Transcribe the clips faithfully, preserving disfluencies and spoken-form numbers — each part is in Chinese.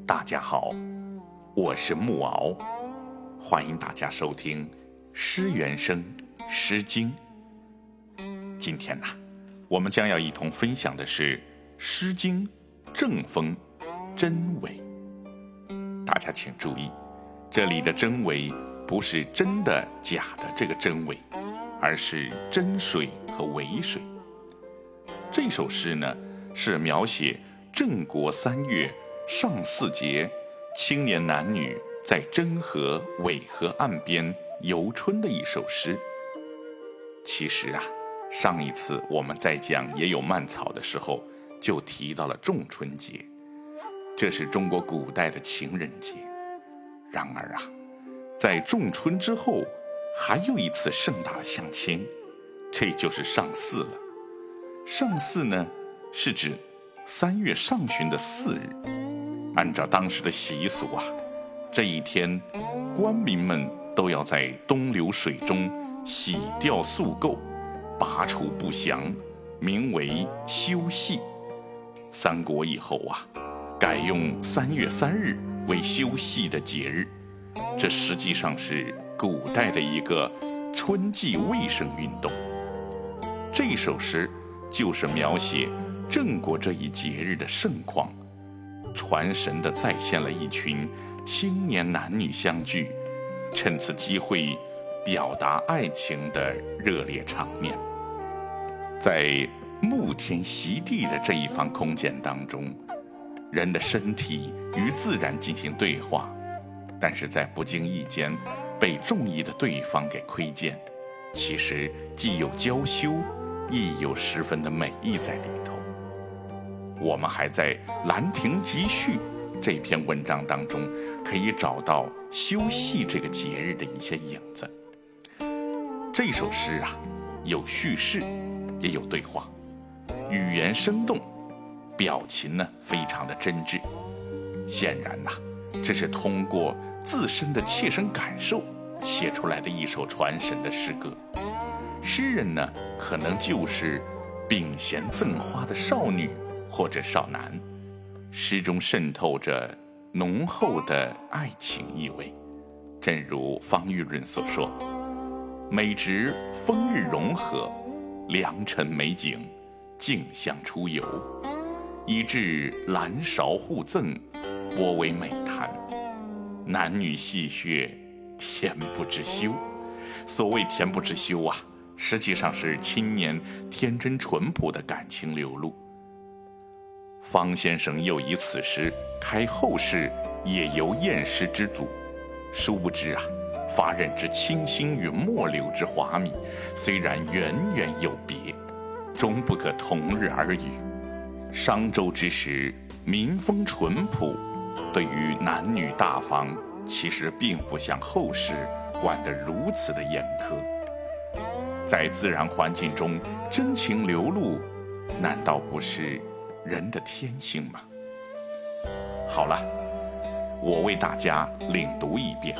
大家好，我是木鳌，欢迎大家收听诗原声诗经。今天呢、啊，我们将要一同分享的是诗经正风真伪。大家请注意，这里的真伪不是真的假的这个真伪，而是真水和伪水。这首诗呢，是描写郑国三月上巳节，青年男女在真河、伪河岸边游春的一首诗。其实啊，上一次我们在讲也有蔓草的时候，就提到了仲春节，这是中国古代的情人节。然而啊，在仲春之后，还有一次盛大的相亲，这就是上巳了。上巳呢，是指三月上旬的巳日。按照当时的习俗啊，这一天官民们都要在东流水中洗掉宿垢，拔除不祥，名为休夕。三国以后啊，改用三月三日为休夕的节日，这实际上是古代的一个春季卫生运动。这首诗就是描写郑国这一节日的盛况，传神地再现了一群青年男女相聚，趁此机会表达爱情的热烈场面。在沐天席地的这一方空间当中，人的身体与自然进行对话，但是在不经意间被中意的对方给窥见，其实既有娇羞，亦有十分的美意在里头。我们还在《兰亭集序》这篇文章当中可以找到休夕这个节日的一些影子。这首诗啊，有叙事，也有对话，语言生动，表情呢非常的真挚。显然呐、啊，这是通过自身的切身感受写出来的一首传神的诗歌。诗人呢，可能就是秉贤赠花的少女或者少男，诗中渗透着浓厚的爱情意味。正如方玉润所说，美值风日融合，良辰美景，竞相出游，以致兰韶互赠，颇为美谈。男女戏谑，恬不知羞。所谓恬不知羞啊，实际上是青年天真淳朴的感情流露。方先生又以此诗开后世野游艳诗之祖，殊不知啊，发轫之清新与末流之华mỹ，虽然远远有别，终不可同日而语。商周之时，民风淳朴，对于男女大方，其实并不像后世管得如此的严苛。在自然环境中真情流露，难道不是人的天性吗？好了，我为大家领读一遍。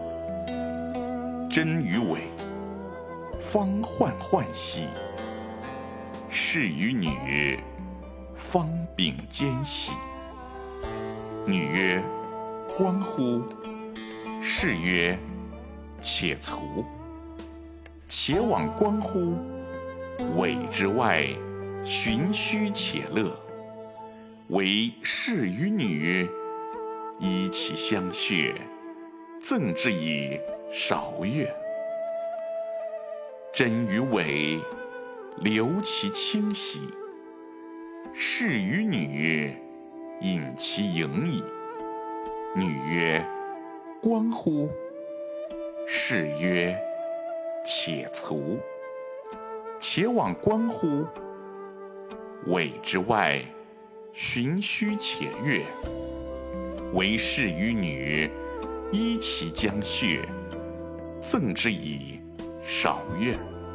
真与伪，方涣涣兮；士与女，方秉兼兮。女曰：观乎？士曰：且卒。且往观乎？伪之外，循虚且乐。惟士与女，依其相谑，赠之以韶乐。真与伪，留其清兮；士与女，隐其盈矣。女曰：观乎？士曰：且卒。且往观乎？伪之外，循虚且乐。惟士与女，依其将谑，赠之以韶乐。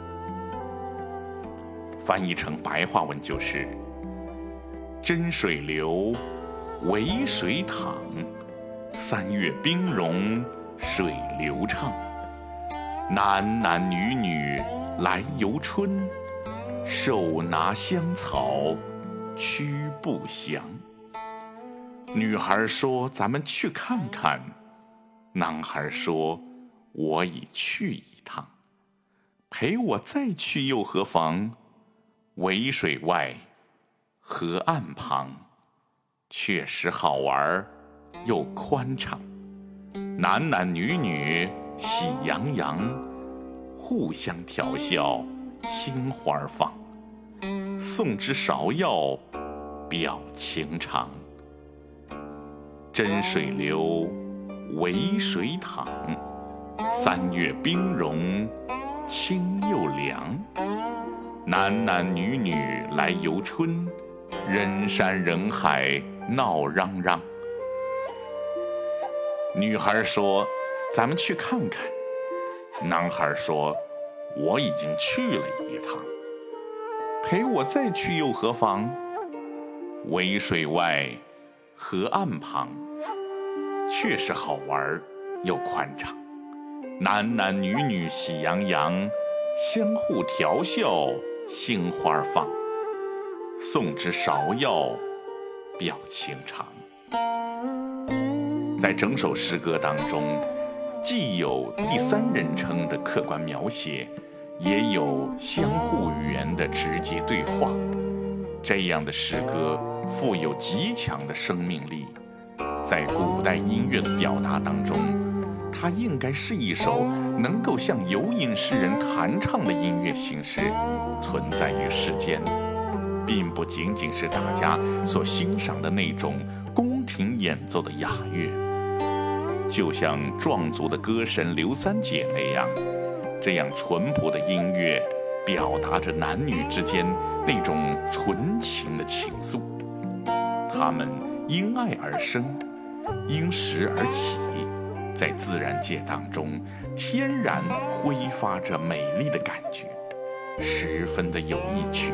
翻译成白话文就是：真水流，伪水淌，三月冰融，水流畅。男男女女来游春，手拿香草，驱不祥。 女孩说：“咱们去看看。”男孩说：“我已去一趟，陪我再去又何妨？渭水外，河岸旁，确实好玩又宽敞。男男女女喜洋洋，互相调笑，心花放。送支芍药，表情长。真水流，渭水淌，三月冰融，清又凉。男男女女来游春，人山人海闹嚷嚷。”女孩说：“咱们去看看。”男孩说：“我已经去了一趟，陪我再去又何妨？渭水外，河岸旁，确实好玩又宽敞。男男女女喜洋洋，相互调笑，心花放。送支芍药，表情长。”在整首诗歌当中，既有第三人称的客观描写，也有相互语言的直接对话。这样的诗歌富有极强的生命力，在古代音乐的表达当中，它应该是一首能够像游吟诗人弹唱的音乐形式存在于世间，并不仅仅是大家所欣赏的那种宫廷演奏的雅乐。就像壮族的歌神刘三姐那样，这样淳朴的音乐表达着男女之间那种纯情的情愫。他们因爱而生，因时而起，在自然界当中天然挥发着美丽的感觉，十分的有意趣。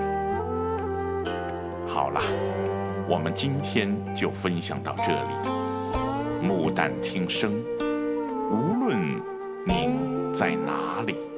好了，我们今天就分享到这里。目淡听声，无论您在哪里。